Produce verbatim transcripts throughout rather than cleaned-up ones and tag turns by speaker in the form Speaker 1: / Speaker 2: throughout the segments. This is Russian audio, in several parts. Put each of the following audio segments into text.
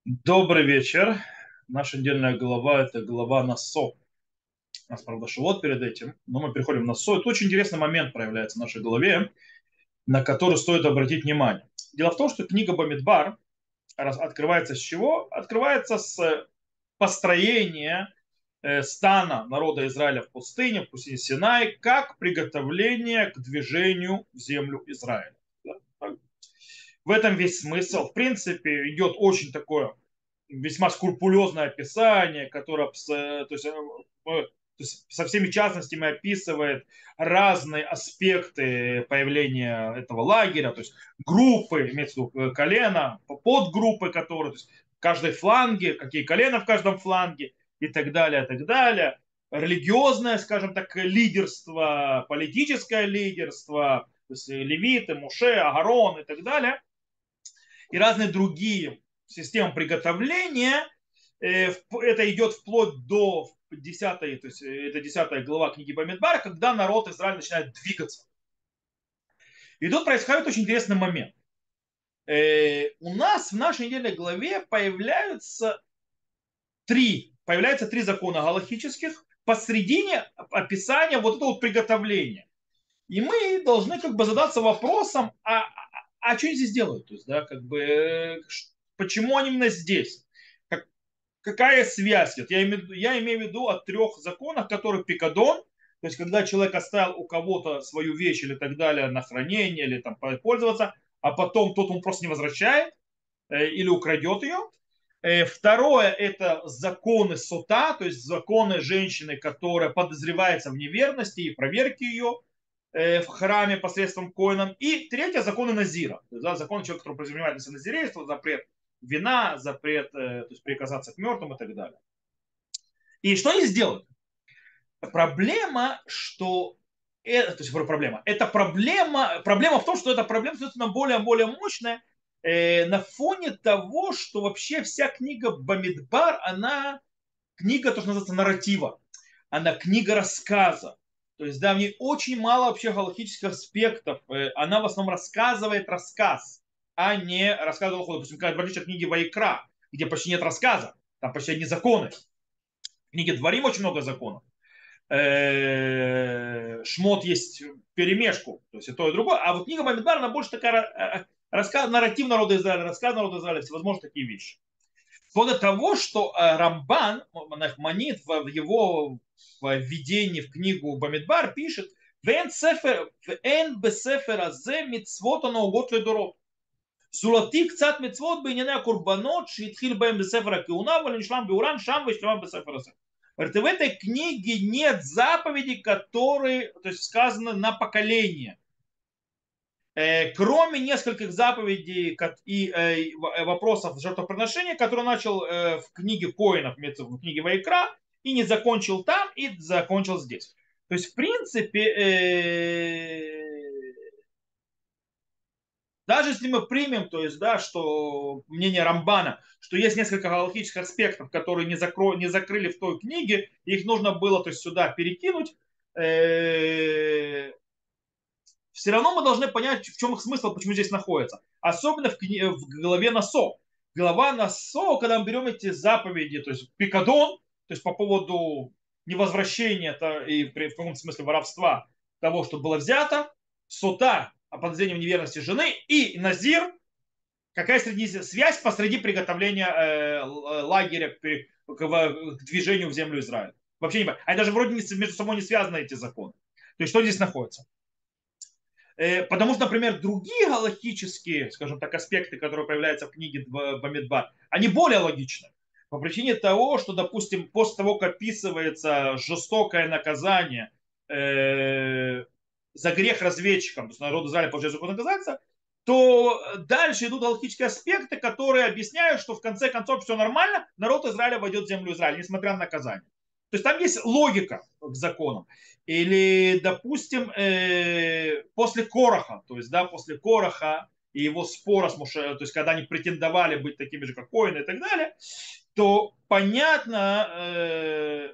Speaker 1: Добрый вечер. Наша недельная глава– это глава Нассо. У нас, правда, Шивот перед этим, но мы переходим в Нассо. Это очень интересный момент проявляется в нашей голове, на который стоит обратить внимание. Дело в том, что книга Бамидбар раз- открывается с чего? Открывается с построения э, стана народа Израиля в пустыне, в пустыне Синай, как приготовление к движению в землю Израиля. Да, так. В этом весь смысл. В принципе, идет очень такое весьма скрупулезное описание, которое то есть, э, э, то есть со всеми частностями описывает разные аспекты появления этого лагеря, то есть группы, имеется в виду э, колено, подгруппы, которые, то есть в каждой фланге, какие колена в каждом фланге и так далее, и так далее. Религиозное, скажем так, лидерство, политическое лидерство, то есть левиты, Муше, Агарон и так далее и разные другие системы приготовления. Э, Это идет вплоть до десятой, то есть э, это десятая глава книги Бамидбара, когда народ Израиля начинает двигаться. И тут происходит очень интересный момент. Э, У нас в нашей недельной главе появляются три, появляются три закона галахических посредине описания вот этого вот приготовления. И мы должны как бы задаться вопросом, а, а, а что они здесь делают? То есть, да, как бы, э, почему они именно здесь? Как, какая связь? Вот я, имею, я имею в виду о трех законах, которые пикадон, то есть когда человек оставил у кого-то свою вещь или так далее на хранение или там пользоваться, а потом тот ему просто не возвращает э, или украдет ее. Э, Второе– это законы сота, то есть законы женщины, которая подозревается в неверности и проверки ее э, в храме посредством коинов. И третье– законы Назира. То есть, да, законы человека, который подразумевает на себя назирейство, запрет вина, запрет э, то есть прикасаться к мертвым и так далее. И что они сделают? Проблема, что это, то есть проблема. Это проблема, проблема в том, что эта проблема, соответственно, более-более мощная э, на фоне того, что вообще вся книга Бамидбар, она книга, то, что называется, нарратива. Она книга рассказа. То есть, да, в ней очень мало вообще галактических аспектов. Э, Она в основном рассказывает рассказ, а не рассказывает, допустим, как в отличие от книги Вайкра, где почти нет рассказа, там почти одни законы. В книге Дворим очень много законов. Э, Шмот есть перемешку, то есть и то, и другое. А вот книга Бамидбар, она больше такая э, рассказ, нарратив народа Израиля, рассказ народа Израиля, всевозможные такие вещи. Вплоть до того, что э, Рамбан, Нахманит, в его введении в книгу Бамидбар пишет, «Вен сефер, вен бесефер азе митцвот הנהוגות לדורות. זולתי קצת מצוות בענייני הקורבנות שהתחיל בהם בספר הכהונה ונשלם באורן שם והשלמה בספר הזה». Говорит, и в этой книге нет заповедей, которые, то есть сказаны на поколение. Э, кроме нескольких заповедей и э, вопросов жертвоприношения, которые начал э, в книге Коинов, в книге Вайкра, и не закончил там, и закончил здесь. То есть, в принципе, э, даже если мы примем, то есть, да, что мнение Рамбана, что есть несколько галактических аспектов, которые не, закро... не закрыли в той книге, их нужно было то есть, сюда перекинуть, э, все равно мы должны понять, в чем их смысл, почему здесь находится. Особенно в, кни... в главе Насо. Глава Насо, когда мы берем эти заповеди, то есть пикадон, то есть по поводу невозвращения и в каком-то смысле воровства того, что было взято, сота о подозрении в неверности жены и назир, какая среди связь посреди приготовления э, лагеря к, к, к движению в землю Израиля. Вообще не понимаю. Они даже вроде не, между собой не связаны, эти законы. То есть что здесь находится? Э, Потому что, например, другие галактические, скажем так, аспекты, которые появляются в книге Бамидбар, они более логичны. По причине того, что, допустим, после того, как описывается жестокое наказание э, за грех разведчикам, то есть народ Израиля получает закон наказаться, то дальше идут галактические аспекты, которые объясняют, что в конце концов все нормально, народ Израиля войдет в землю Израиля, несмотря на наказание. То есть там есть логика к законам. Или, допустим, э, после Короха, то есть, да, после Короха и его спора с Моше, то есть, когда они претендовали быть такими же, как Коины и так далее, то понятно, э,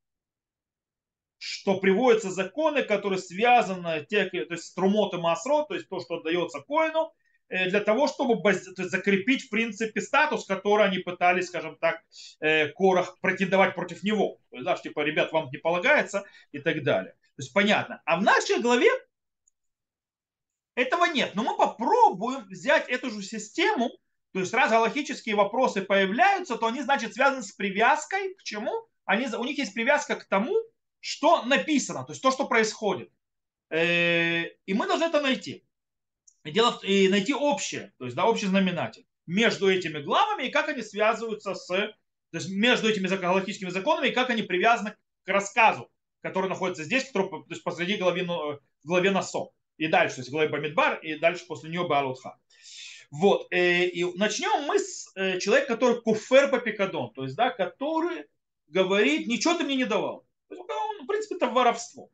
Speaker 1: что приводятся законы, которые связаны, те, то есть, с Трумот и Масрот, то есть, то, что отдается Коину, э, для того, чтобы баз- то есть закрепить, в принципе, статус, который они пытались, скажем так, э, Корах претендовать против него. То есть, да, что, типа, ребят, вам не полагается и так далее. То есть понятно. А в нашей главе этого нет. Но мы попробуем взять эту же систему, то есть раз галактические вопросы появляются, то они, значит, связаны с привязкой к чему? Они, у них есть привязка к тому, что написано, то есть то, что происходит. Э, И мы должны это найти. И, дело, и найти общее, то есть да, общий знаменатель между этими главами и как они связываются с, то есть между этими галактическими законами и как они привязаны к рассказу, который находится здесь, который, то есть посреди главы, в главе Насо. И дальше, то есть в главе Бамидбар, и дальше после нее Баалутха. Вот. э, И начнем мы с э, человека, который куфер по пикадон, то есть, да, который говорит, ничего ты мне не давал. То есть, он, в принципе, это воровство.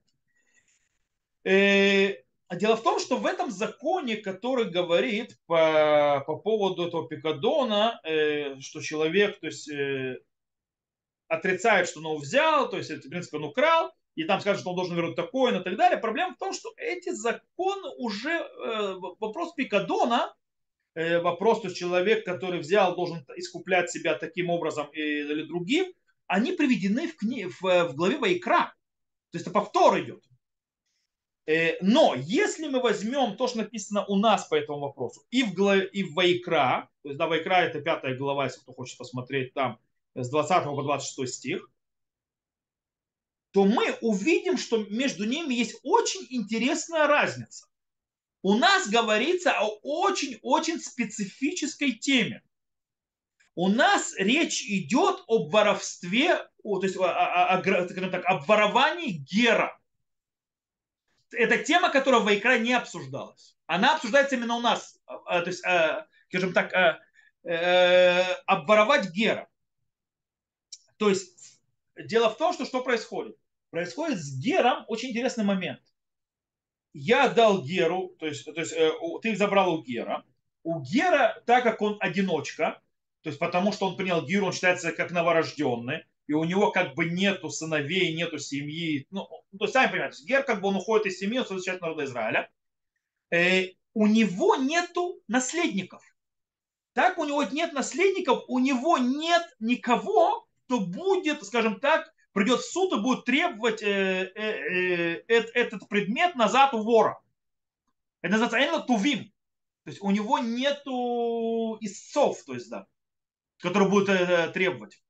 Speaker 1: Э, а Дело в том, что в этом законе, который говорит по, по поводу этого пикадона, э, что человек, то есть, э, отрицает, что он его взял, то есть, это, в принципе, он украл, и там скажут, что он должен вернуть такое и так далее. Проблема в том, что эти законы уже, э, вопрос пикадона, э, вопрос, то есть человек, который взял, должен искуплять себя таким образом или другим, они приведены в, кни... в, в главе Вайкра. То есть это повтор идет. Э, Но если мы возьмем то, что написано у нас по этому вопросу, и в, главе, и в Вайкра, то есть да, Вайкра это пятая глава, если кто хочет посмотреть там с двадцатого по двадцать шестой стих, то мы увидим, что между ними есть очень интересная разница. У нас говорится о очень-очень специфической теме. У нас речь идет об воровстве, о, то есть о, о, о, скажем так, об воровании гера. Это тема, которая в Вайкра не обсуждалась. Она обсуждается именно у нас, то есть, скажем так, обворовать гера. То есть дело в том, что что происходит? Происходит с гером очень интересный момент. Я дал геру, то есть, то есть ты забрал у гера. У гера, так как он одиночка, то есть потому что он принял геру, он считается как новорожденный, и у него как бы нету сыновей, нету семьи. Ну, то есть, сами понимаете, гер как бы он уходит из семьи, он часть народа Израиля. Э, у него нету наследников. Так у него нет наследников, у него нет никого, кто будет, скажем так, придет в суд и будет требовать э, э, э, э, этот предмет назад у вора. Это называется тувим. То есть у него нету истцов, то есть, да, которые будут э, требовать.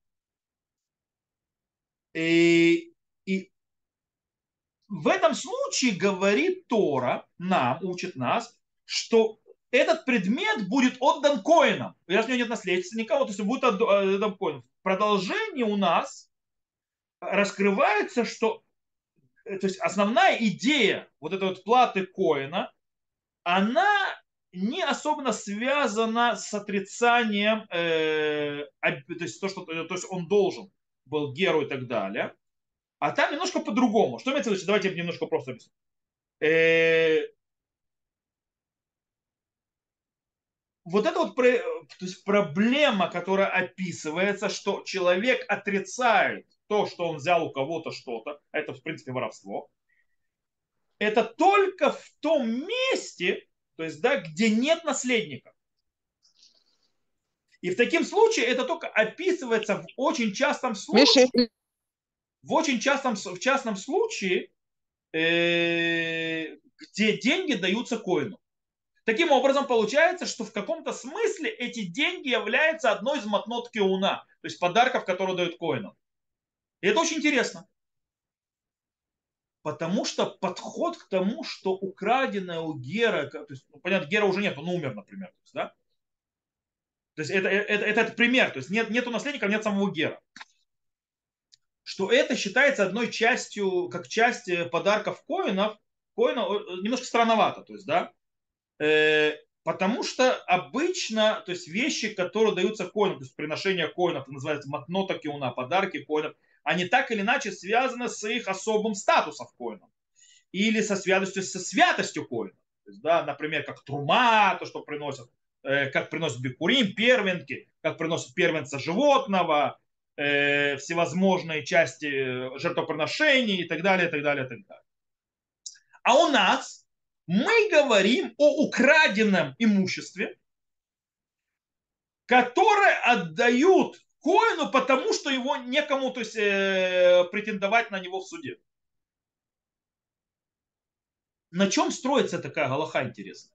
Speaker 1: И, и в этом случае говорит Тора, нам, учит нас, что этот предмет будет отдан коинам. Раз у него нет наследства никого, то есть он будет отдан коинам. В продолжении у нас раскрывается, что то есть основная идея вот этой вот платы коина, она не особенно связана с отрицанием, э, то есть то, что то есть он должен был Геру и так далее, а там немножко по-другому. Что имеется в виду? Давайте я немножко просто объясню. Э, вот это вот то есть проблема, которая описывается, что человек отрицает то, что он взял у кого-то что-то, это в принципе воровство, это только в том месте, то есть, да, где нет наследника. И в таком случае это только описывается в очень частом
Speaker 2: Миша,
Speaker 1: случае,
Speaker 2: если
Speaker 1: в очень частом, в частном случае, э, где деньги даются коину. Таким образом, получается, что в каком-то смысле эти деньги являются одной из матнот кеуна, то есть подарков, которые дают коинам. И это очень интересно. Потому что подход к тому, что украденное у Гера, то есть, ну, понятно, Гера уже нет, он умер, например. То есть, да? То есть это, это, это, это пример. То есть нет, нету наследника, нет самого Гера. Что это считается одной частью, как часть э, подарков коинов, коинов э, немножко странновато. То есть, да? Э, потому что обычно, то есть вещи, которые даются коинам, то есть приношение коинов, это называется матнота кеуна, подарки коинов, они так или иначе связаны с их особым статусом коинов. Или со святостью, со святостью коина. То есть, да, например, как трума, то, что приносят, э, как приносят бикурим, первенки, как приносят первенца животного, э, всевозможные части жертвоприношений и так далее, и так далее, и так далее. А у нас Мы говорим о украденном имуществе, которое отдают коину, потому что его некому, то есть, э, претендовать на него в суде. На чем строится такая галаха интересная?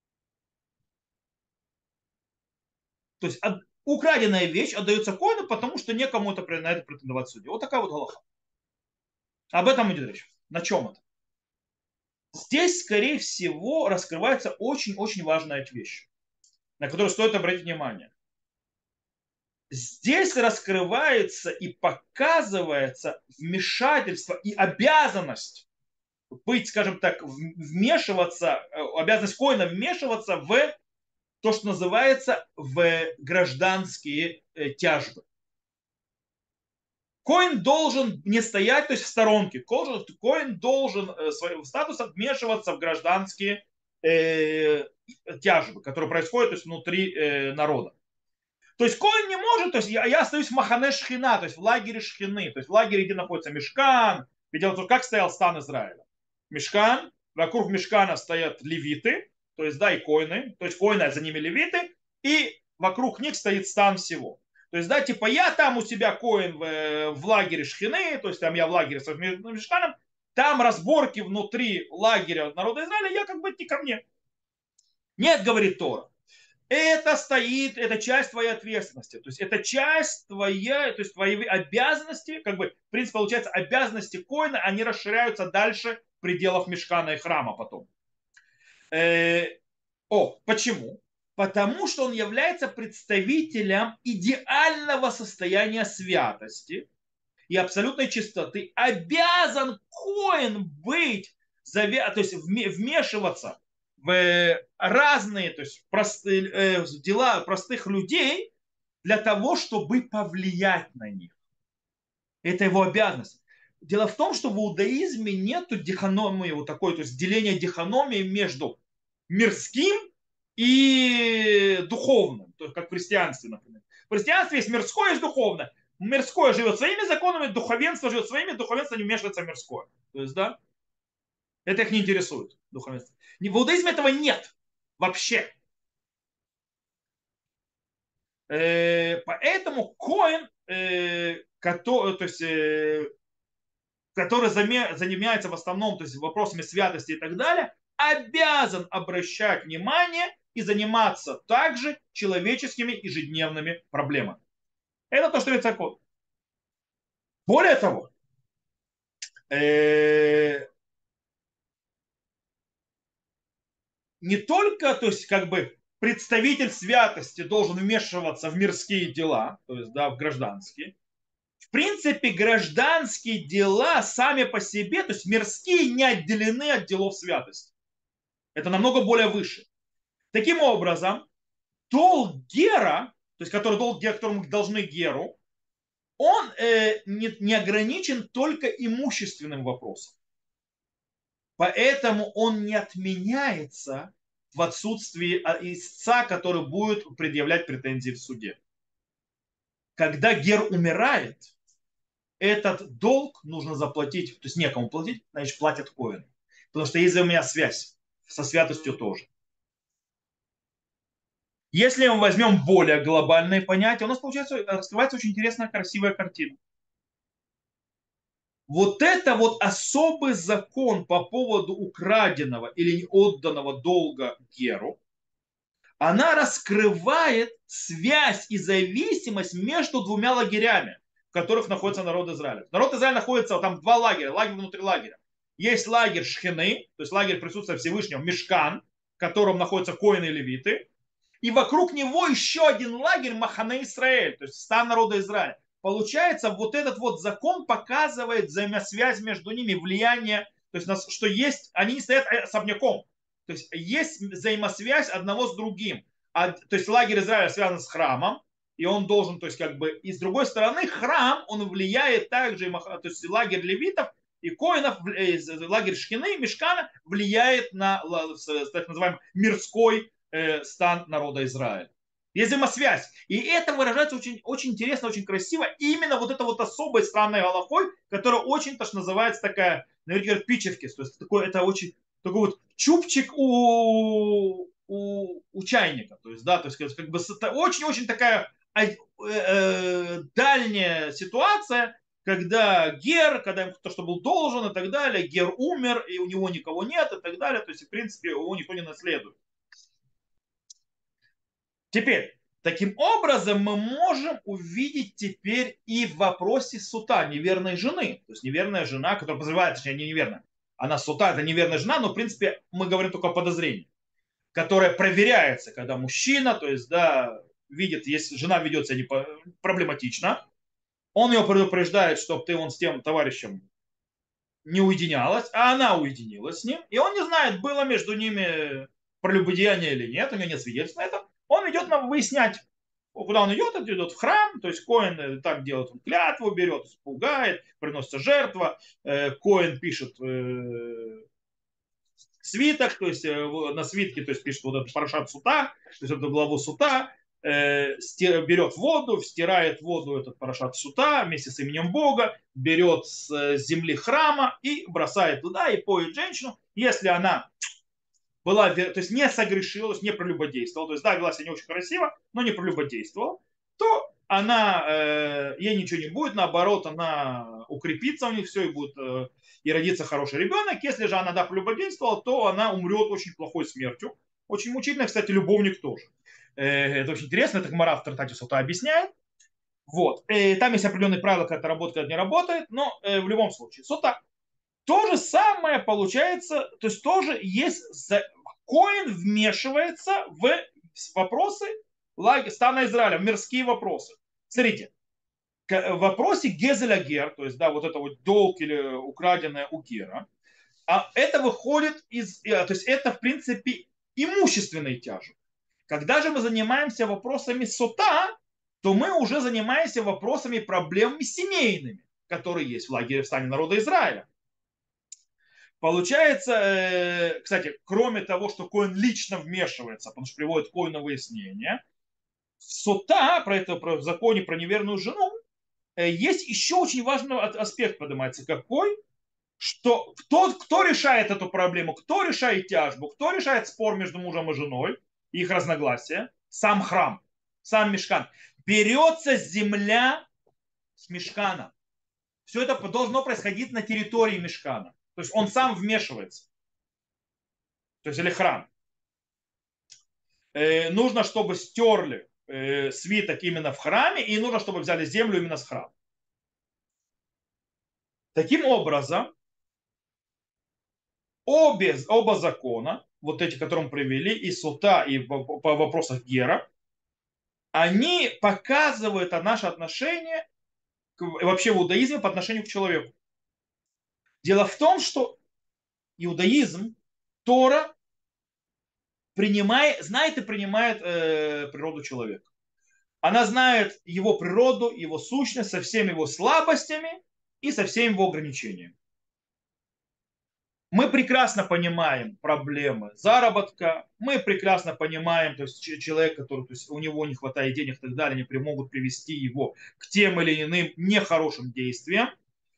Speaker 1: То есть от, украденная вещь отдается коину, потому что некому это, на это претендовать в суде. Вот такая вот галаха. Об этом идет речь. На чем это? Здесь, скорее всего, раскрывается очень-очень важная вещь, на которую стоит обратить внимание. Здесь раскрывается и показывается вмешательство и обязанность быть, скажем так, вмешиваться, обязанность коина вмешиваться в то, что называется в гражданские тяжбы. Коин должен не стоять, то есть в сторонке. Коин должен своим статусом вмешиваться в гражданские э, тяжбы, которые происходят, то есть, внутри э, народа. То есть коин не может, то есть я, я остаюсь в Махане Шхина, то есть в лагере Шхины, то есть в лагере, где находится Мишкан. Ведь дело в том, как стоял стан Израиля. Мишкан, вокруг Мишкана стоят левиты, то есть да, и коины, то есть коины, а за ними левиты, и вокруг них стоит стан всего. То есть, да, типа я там у себя коин в, в лагере Шхины, то есть там я в лагере с Мишканом, там разборки внутри лагеря народа Израиля, я как бы не ко мне. Нет, говорит Тора. Это стоит, это часть твоей ответственности. То есть это часть твоя, то есть твои обязанности, как бы, в принципе, получается, обязанности коина, они расширяются дальше пределов мешкана и храма потом. Э, о, почему? Потому что он является представителем идеального состояния святости и абсолютной чистоты. Обязан коин быть, то есть вмешиваться в разные, то есть простые, э, дела простых людей для того, чтобы повлиять на них. Это его обязанность. Дело в том, что в иудаизме нет дихономии, вот такой, то есть деления дихономии между мирским и духовным, то есть как в христианстве, например. В христианстве есть мирское, есть духовное. Мирское живет своими законами, духовенство живет своими, духовенство не вмешивается в мирское. То есть, да, это их не интересует, духовенство. В иудаизме этого нет вообще. Поэтому коин, который, то есть, который занимается в основном, то есть, вопросами святости и так далее, обязан обращать внимание и заниматься также человеческими ежедневными проблемами. Это то, что говорит закон. Более того, не только, то есть, как бы представитель святости должен вмешиваться в мирские дела, то есть, да, в гражданские. В принципе, гражданские дела сами по себе, то есть мирские, не отделены от делов святости. Это намного более выше. Таким образом, долг Гера, то есть который долг, которому должны Геру, он э, не, не ограничен только имущественным вопросом. Поэтому он не отменяется в отсутствии истца, который будет предъявлять претензии в суде. Когда Гер умирает, этот долг нужно заплатить, то есть некому платить, значит платят коины. Потому что есть у меня связь со святостью тоже. Если мы возьмем более глобальные понятия, у нас получается, раскрывается очень интересная, красивая картина. Вот это вот особый закон по поводу украденного или неотданного долга Геру, она раскрывает связь и зависимость между двумя лагерями, в которых находится народ Израиля. Народ Израиля находится, там два лагеря, лагерь внутри лагеря. Есть лагерь Шхины, то есть лагерь присутствия Всевышнего, Мишкан, в котором находятся коины и левиты. И вокруг него еще один лагерь Махане Исраэль, то есть стан народа Израиля. Получается, вот этот вот закон показывает взаимосвязь между ними, влияние, то есть что есть, они не стоят особняком. То есть есть взаимосвязь одного с другим. А, то есть лагерь Израиля связан с храмом, и он должен, то есть как бы, и с другой стороны, храм, он влияет также, то есть лагерь левитов и коинов, лагерь Шхины, Мишкана влияет на так называемый мирской э, стан народа Израиля. Есть взаимосвязь. И это выражается очень, очень интересно, очень красиво. И именно вот это вот особой странной галахой, которая очень, то что называется такая, наверное, говорят, пичевкис. То есть такое, это очень такой вот чубчик у, у, у чайника. То есть, да, то есть как бы очень-очень такая э, э, дальняя ситуация, когда Гер, когда ему кто-то что был должен и так далее, Гер умер, и у него никого нет и так далее, то есть, в принципе, его никто не наследует. Теперь, таким образом мы можем увидеть теперь и в вопросе сута неверной жены. То есть неверная жена, которая подозревает, точнее, не неверная. Она сута, это неверная жена, но в принципе мы говорим только о подозрении, которое проверяется, когда мужчина, то есть, да, видит, если жена ведет себя проблематично, он ее предупреждает, чтобы ты он с тем товарищем не уединялась, а она уединилась с ним, и он не знает, было между ними прелюбодеяние или нет, у него нет свидетельств на это, он идет нам выяснять, куда он идет, он идет в храм, то есть Коэн так делает, он клятву берет, пугает, приносится жертва, Коэн пишет свиток, то есть на свитке, то есть пишет вот этот парашат сута, то есть эту главу сута, берет воду, стирает воду этот парашат сута вместе с именем Бога, берет с земли храма и бросает туда и поет женщину, если она была, то есть не согрешила, то есть не прелюбодействовала, то есть да, вела себя не очень красиво, но не прелюбодействовала, то она, э, ей ничего не будет, наоборот, она укрепится у них все и будет э, и родится хороший ребенок. Если же она, да, прелюбодействовала, то она умрет очень плохой смертью. Очень мучительно, кстати, любовник тоже. Э, это очень интересно, это Гмара в Трактате Сута объясняет. Вот. И там есть определенные правила, как это работает, как не работает, но э, в любом случае. Сута. То же самое получается, то есть тоже есть, Коин вмешивается в вопросы стана Израиля, в мирские вопросы. Смотрите, в вопросе Гезеля Гер, то есть, да, вот это вот долг или украденное у Гера, а это выходит из, то есть это, в принципе, имущественные тяжи. Когда же мы занимаемся вопросами сота, то мы уже занимаемся вопросами, проблемами семейными, которые есть в лагере в стане народа Израиля. Получается, э, кстати, кроме того, что Коин лично вмешивается, потому что приводит Коин на выяснение, в сота, про это, про в законе про неверную жену, э, есть еще очень важный аспект поднимается. Какой? Что кто, кто решает эту проблему, кто решает тяжбу, кто решает спор между мужем и женой, их разногласия? Сам храм, сам мешкан. Берется земля с мешкана. Все это должно происходить на территории мешкана. То есть он сам вмешивается. То есть или храм. Э, нужно, чтобы стерли э, свиток именно в храме, и нужно, чтобы взяли землю именно с храма. Таким образом, обе, оба закона, вот эти, которые мы привели, и сута, и по, по вопросах Гера, они показывают наше отношение к, вообще в иудаизме по отношению к человеку. Дело в том, что иудаизм, Тора принимает, знает и принимает э, природу человека. Она знает его природу, его сущность со всеми его слабостями и со всеми его ограничениями. Мы прекрасно понимаем проблемы заработка, мы прекрасно понимаем, то есть человек, который, то есть у него не хватает денег и так далее, не могут привести его к тем или иным нехорошим действиям.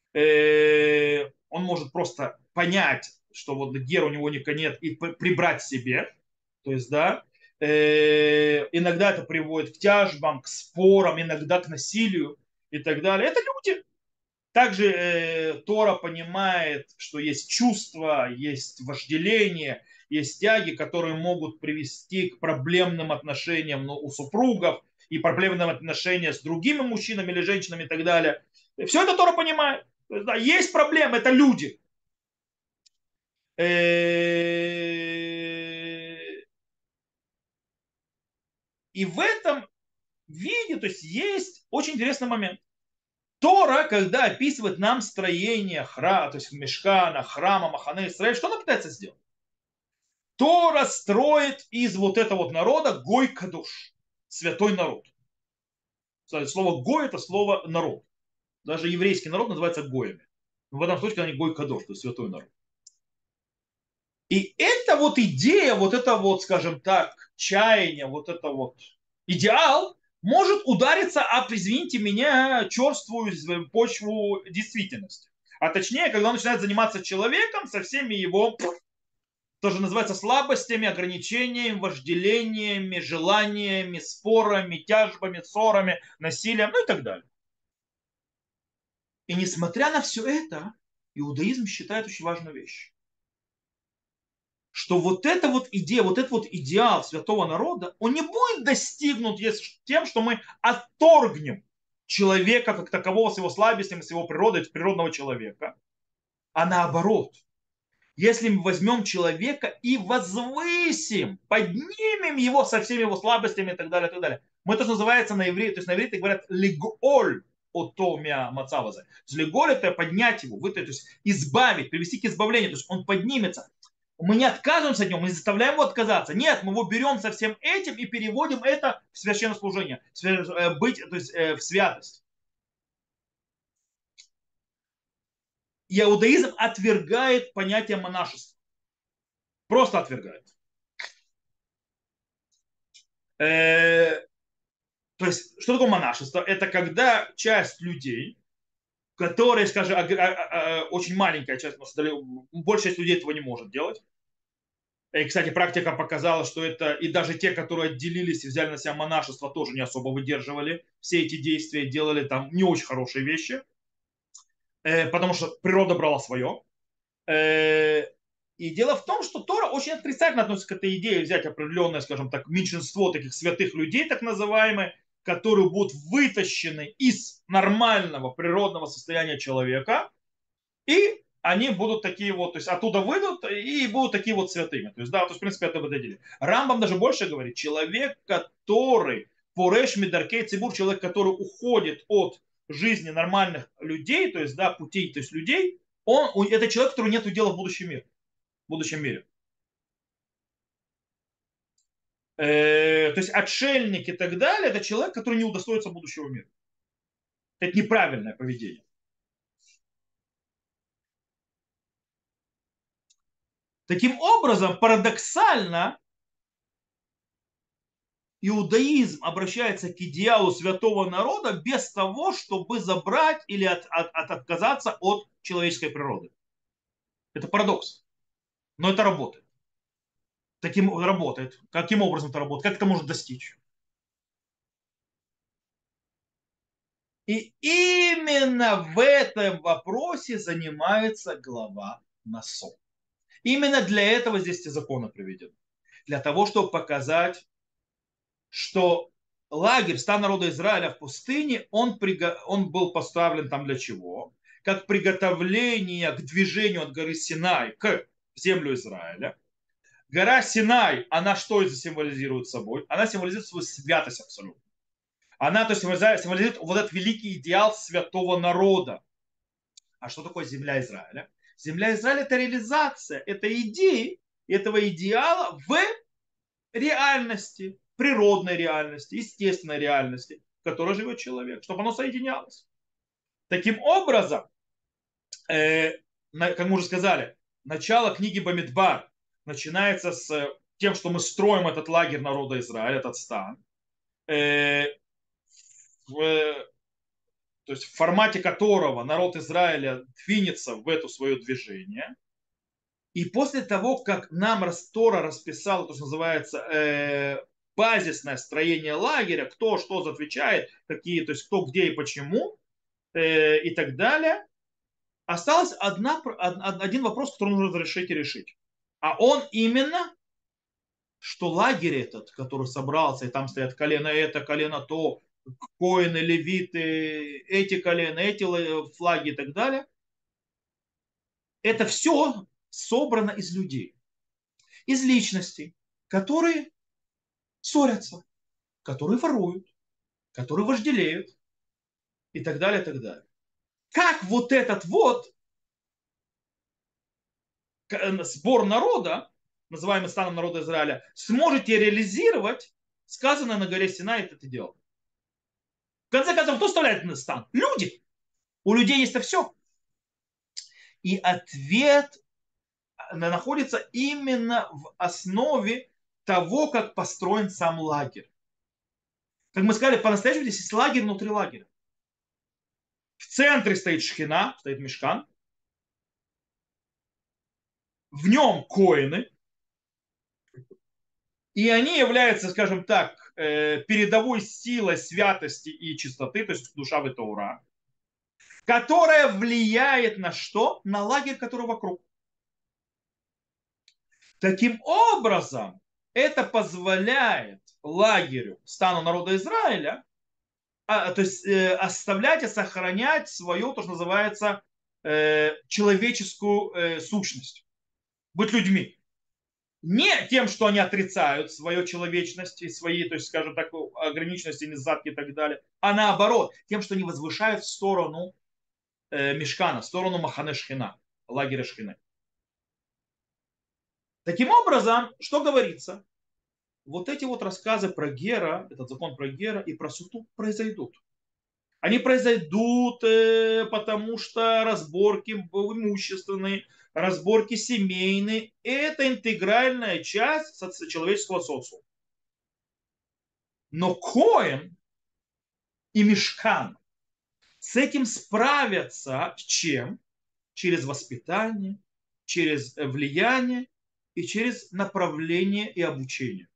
Speaker 1: Он может просто понять, что вот гер у него нет, и прибрать себе. То есть, да, иногда это приводит к тяжбам, к спорам, иногда к насилию и так далее. Это люди. Также э, Тора понимает, что есть чувства, есть вожделение, есть тяги, которые могут привести к проблемным отношениям ну, у супругов и проблемным отношениям с другими мужчинами или женщинами и так далее. Все это Тора понимает. То есть, да, есть проблемы, это люди. И в этом виде, то есть есть очень интересный момент. Тора, когда описывает нам строение храма, то есть мешкана, храма, Махане Исраэль, что она пытается сделать? Тора строит из вот этого вот народа гой кадуш, святой народ. Кстати, слово гой это слово народ. Даже еврейский народ называется гоями. В этом случае они гой кадош, то есть святой народ. И эта вот идея, вот это вот, скажем так, чаяние, вот это вот идеал, может удариться об, извините меня, черствую почву действительности. А точнее, когда он начинает заниматься человеком со всеми его тоже называется слабостями, ограничениями, вожделениями, желаниями, спорами, тяжбами, ссорами, насилием, ну и так далее. И несмотря на все это, иудаизм считает очень важную вещь, что вот эта вот идея, вот этот вот идеал святого народа, он не будет достигнут тем, что мы отторгнем человека как такового с его слабостями, с его природой, природного человека, а наоборот. Если мы возьмем человека и возвысим, поднимем его со всеми его слабостями и так далее, и так далее. Мы это называется на иврите, то есть на иврите говорят лиголь отомя мацаваза. То есть лиголь это поднять его, вы, то есть избавить, привести к избавлению, то есть он поднимется. Мы не отказываемся от него, мы не заставляем его отказаться. Нет, мы его берем со всем этим и переводим это в священнослужение, быть, то есть в святость. Иудаизм отвергает понятие монашества. Просто отвергает. Э, то есть, что такое монашество? Это когда часть людей, которые, скажем, очень маленькая часть, большая часть людей этого не может делать. И, кстати, практика показала, что это и даже те, которые отделились и взяли на себя монашество, тоже не особо выдерживали все эти действия, делали там не очень хорошие вещи, потому что природа брала свое. И дело в том, что Тора очень отрицательно относится к этой идее взять определенное, скажем так, меньшинство таких святых людей, так называемые, которые будут вытащены из нормального природного состояния человека, и они будут такие вот, то есть оттуда выйдут и будут такие вот святыми. То есть, да, то есть, в принципе, это выдадили. Рамбам даже больше говорит, человек, который пореш мидаркей цибур, человек, который уходит от жизни нормальных людей, то есть, да, путей, то есть людей, он, это человек, который нет дела в будущем мире. В будущем мире. Э, то есть отшельник и так далее, это человек, который не удостоится будущего мира. Это неправильное поведение. Таким образом, парадоксально, иудаизм обращается к идеалу святого народа без того, чтобы забрать или от, от, от отказаться от человеческой природы. Это парадокс. Но это работает. Таким работает. Каким образом это работает? Как это может достичь? И именно в этом вопросе занимается глава Насо. Именно для этого здесь эти законы приведены. Для того, чтобы показать, что лагерь стан народа Израиля в пустыне, он, приго... он был поставлен там для чего? Как приготовление к движению от горы Синай к землю Израиля. Гора Синай, она что символизирует собой? Она символизирует свою святость абсолютно. Она то есть, символизирует вот этот великий идеал святого народа. А что такое земля Израиля? Земля Израиля – это реализация этой идеи, этого идеала в реальности, природной реальности, естественной реальности, в которой живет человек, чтобы оно соединялось. Таким образом, э, как мы уже сказали, начало книги Бамидбар начинается с тем, что мы строим этот лагерь народа Израиля, этот стан, э, в, то есть в формате которого народ Израиля двинется в это свое движение. И после того, как нам Тора расписал, то, что называется, э, базисное строение лагеря, кто что отвечает, какие, то есть кто где и почему, э, и так далее, осталось одна, один вопрос, который нужно решить и решить. А он именно, что лагерь этот, который собрался, и там стоят колено это, колено то, коины, левиты, эти колена, эти флаги и так далее, это все собрано из людей, из личностей, которые ссорятся, которые воруют, которые вожделеют и так далее, и так далее. Как вот этот вот сбор народа, называемый станом народа Израиля, сможете реализовать сказанное на горе Синай это дело? В конце концов, кто вставляет на стан? Люди. У людей есть это все. И ответ находится именно в основе того, как построен сам лагерь. Как мы сказали, по-настоящему здесь есть лагерь внутри лагеря. В центре стоит шхина, стоит мешкан. В нем коины, И они являются, скажем так, э, передовой силой святости и чистоты, то есть душа в Таура, которая влияет на что? На лагерь, который вокруг. Таким образом, это позволяет лагерю, стану народа Израиля, а, то есть э, оставлять и сохранять свою, то, что называется, э, человеческую э, сущность, быть людьми. Не тем, что они отрицают свою человечность и свои, то есть, скажем так, ограниченности, недостатки и так далее, а наоборот, тем, что они возвышают в сторону э, Мешкана, в сторону Махане Шхина, лагеря Шхины. Таким образом, что говорится? Вот эти вот рассказы про Гера, этот закон про Гера и про Суту произойдут. Они произойдут, э, потому что разборки имущественные, разборки семейные – это интегральная часть соци- человеческого социума. Но Коэн и Мишкан с этим справятся чем? Через воспитание, через влияние и через направление и обучение.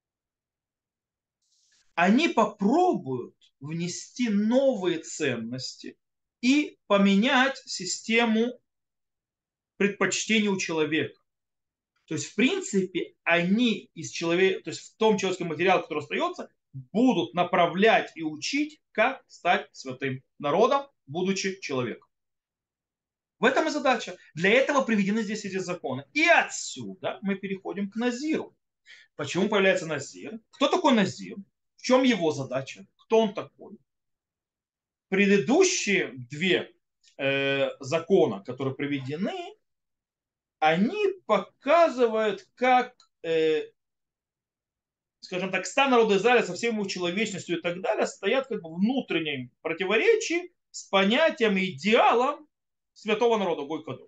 Speaker 1: Они попробуют внести новые ценности и поменять систему предпочтений у человека. То есть, в принципе, они из человека, то есть в том человеческом материале, который остается, будут направлять и учить, как стать святым народом, будучи человеком. В этом и задача. Для этого приведены здесь эти законы. И отсюда мы переходим к Назиру. Почему появляется Назир? Кто такой Назир? В чем его задача? Кто он такой? Предыдущие две э, закона, которые приведены, они показывают, как, э, скажем так, стан народа Израиля со всей его человечностью и так далее стоят как бы в внутреннем противоречии с понятием и идеалом святого народа Гой Кадош.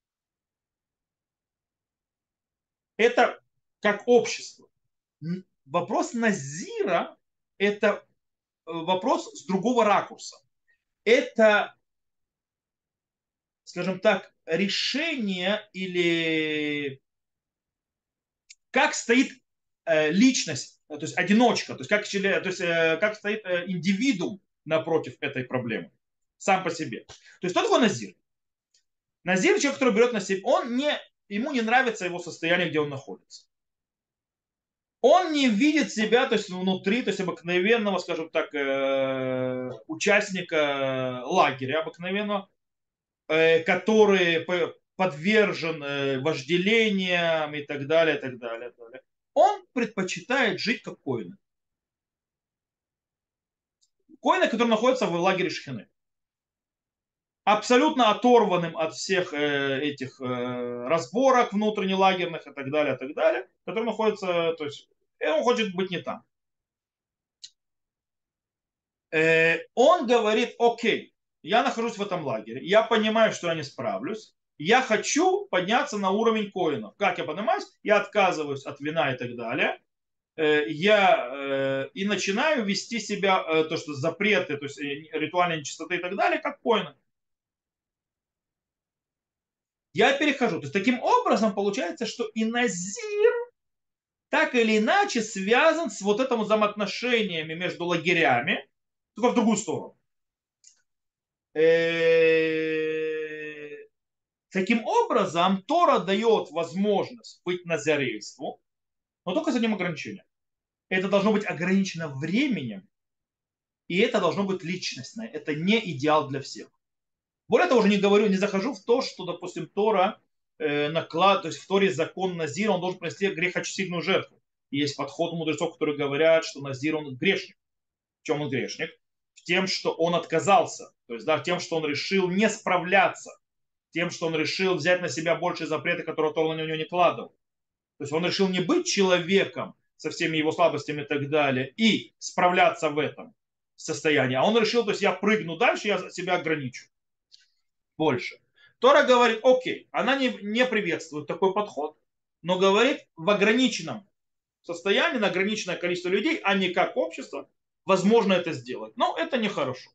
Speaker 1: Это как общество. Вопрос Назира – это вопрос с другого ракурса. Это, скажем так, решение или как стоит э, личность, то есть одиночка, то есть как, то есть, э, как стоит э, индивидуум напротив этой проблемы сам по себе. То есть кто такой Назир? Назир человек, который берет на себя, он не, ему не нравится его состояние, где он находится. Он не видит себя, то есть внутри, то есть обыкновенного, скажем так, э, участника лагеря обыкновенного, э, который подвержен э, вожделениям и так далее, и так далее, и так далее. Он предпочитает жить как коины. Коины, которые находятся в лагере Шхины. Абсолютно оторванным от всех э, этих э, разборок внутреннелагерных и так далее, и так далее, который находится, то есть он хочет быть не там. Э, он говорит, окей, я нахожусь в этом лагере, я понимаю, что я не справлюсь, я хочу подняться на уровень коинов. Как я поднимаюсь? Я отказываюсь от вина и так далее. Э, я э, и начинаю вести себя, э, то, что запреты, то есть э, ритуальные нечистоты и так далее, как коины. Я перехожу. То есть таким образом получается, что и Назир так или иначе связан с вот этим взаимоотношениями между лагерями, только в другую сторону. Таким образом, Тора дает возможность быть назарейству, но только с одним ограничением. Это должно быть ограничено временем, и это должно быть личностное. Это не идеал для всех. Более того, уже не говорю, не захожу в то, что, допустим, Тора э, наклад, то есть в Торе закон Назира, он должен принести грехочистительную жертву. И есть подход у мудрецов, которые говорят, что Назир, он грешник. В чем он грешник? В тем, что он отказался. То есть, да, тем, что он решил не справляться. Тем, что он решил взять на себя больше запреты, которые Тора на него не кладывал. То есть он решил не быть человеком со всеми его слабостями и так далее, и справляться в этом состоянии. А он решил, то есть я прыгну дальше, я себя ограничу больше. Тора говорит, окей, она не, не приветствует такой подход, но говорит в ограниченном состоянии, на ограниченное количество людей, а не как общество, возможно это сделать. Но это нехорошо.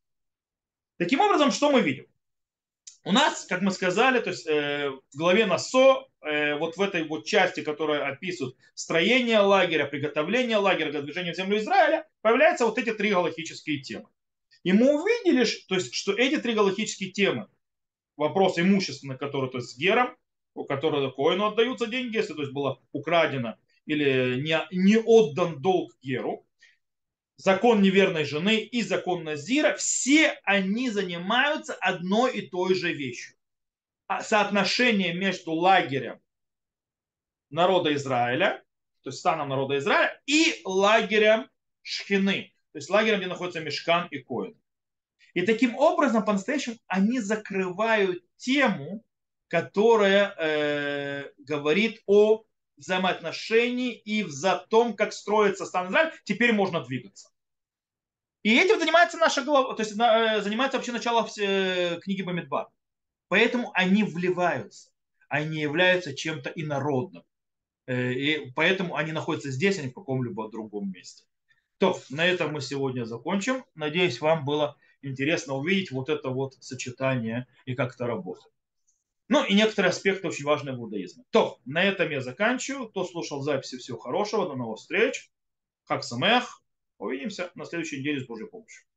Speaker 1: Таким образом, что мы видим? У нас, как мы сказали, то есть, э, в главе Насо э, вот в этой вот части, которая описывает строение лагеря, приготовление лагеря для движения в землю Израиля, появляются вот эти три галахические темы. И мы увидели, то есть, что эти три галахические темы, вопрос имущественный, который, то есть с гером, у которого коину отдаются деньги, если то есть было украдено или не, не отдан долг геру, закон неверной жены и закон Назира, все они занимаются одной и той же вещью. А соотношение между лагерем народа Израиля, то есть станом народа Израиля, и лагерем Шхины, то есть лагерем, где находится Мешкан и Коин. И таким образом, по-настоящему, они закрывают тему, которая э, говорит о взаимоотношении и за том, как строится стан Израиля, теперь можно двигаться. И этим занимается наша глава, то есть э, занимается вообще начало э, книги Бамидбар. Поэтому они вливаются, они являются чем-то инородным. Э, и поэтому они находятся здесь, а не в каком-либо другом месте. То, на этом мы сегодня закончим. Надеюсь, вам было интересно увидеть вот это вот сочетание и как это работает. Ну и некоторые аспекты очень важные в иудаизме. То, на этом я заканчиваю. Кто слушал записи, всего хорошего. До новых встреч. Хак самех. Увидимся на следующей неделе с Божьей помощью.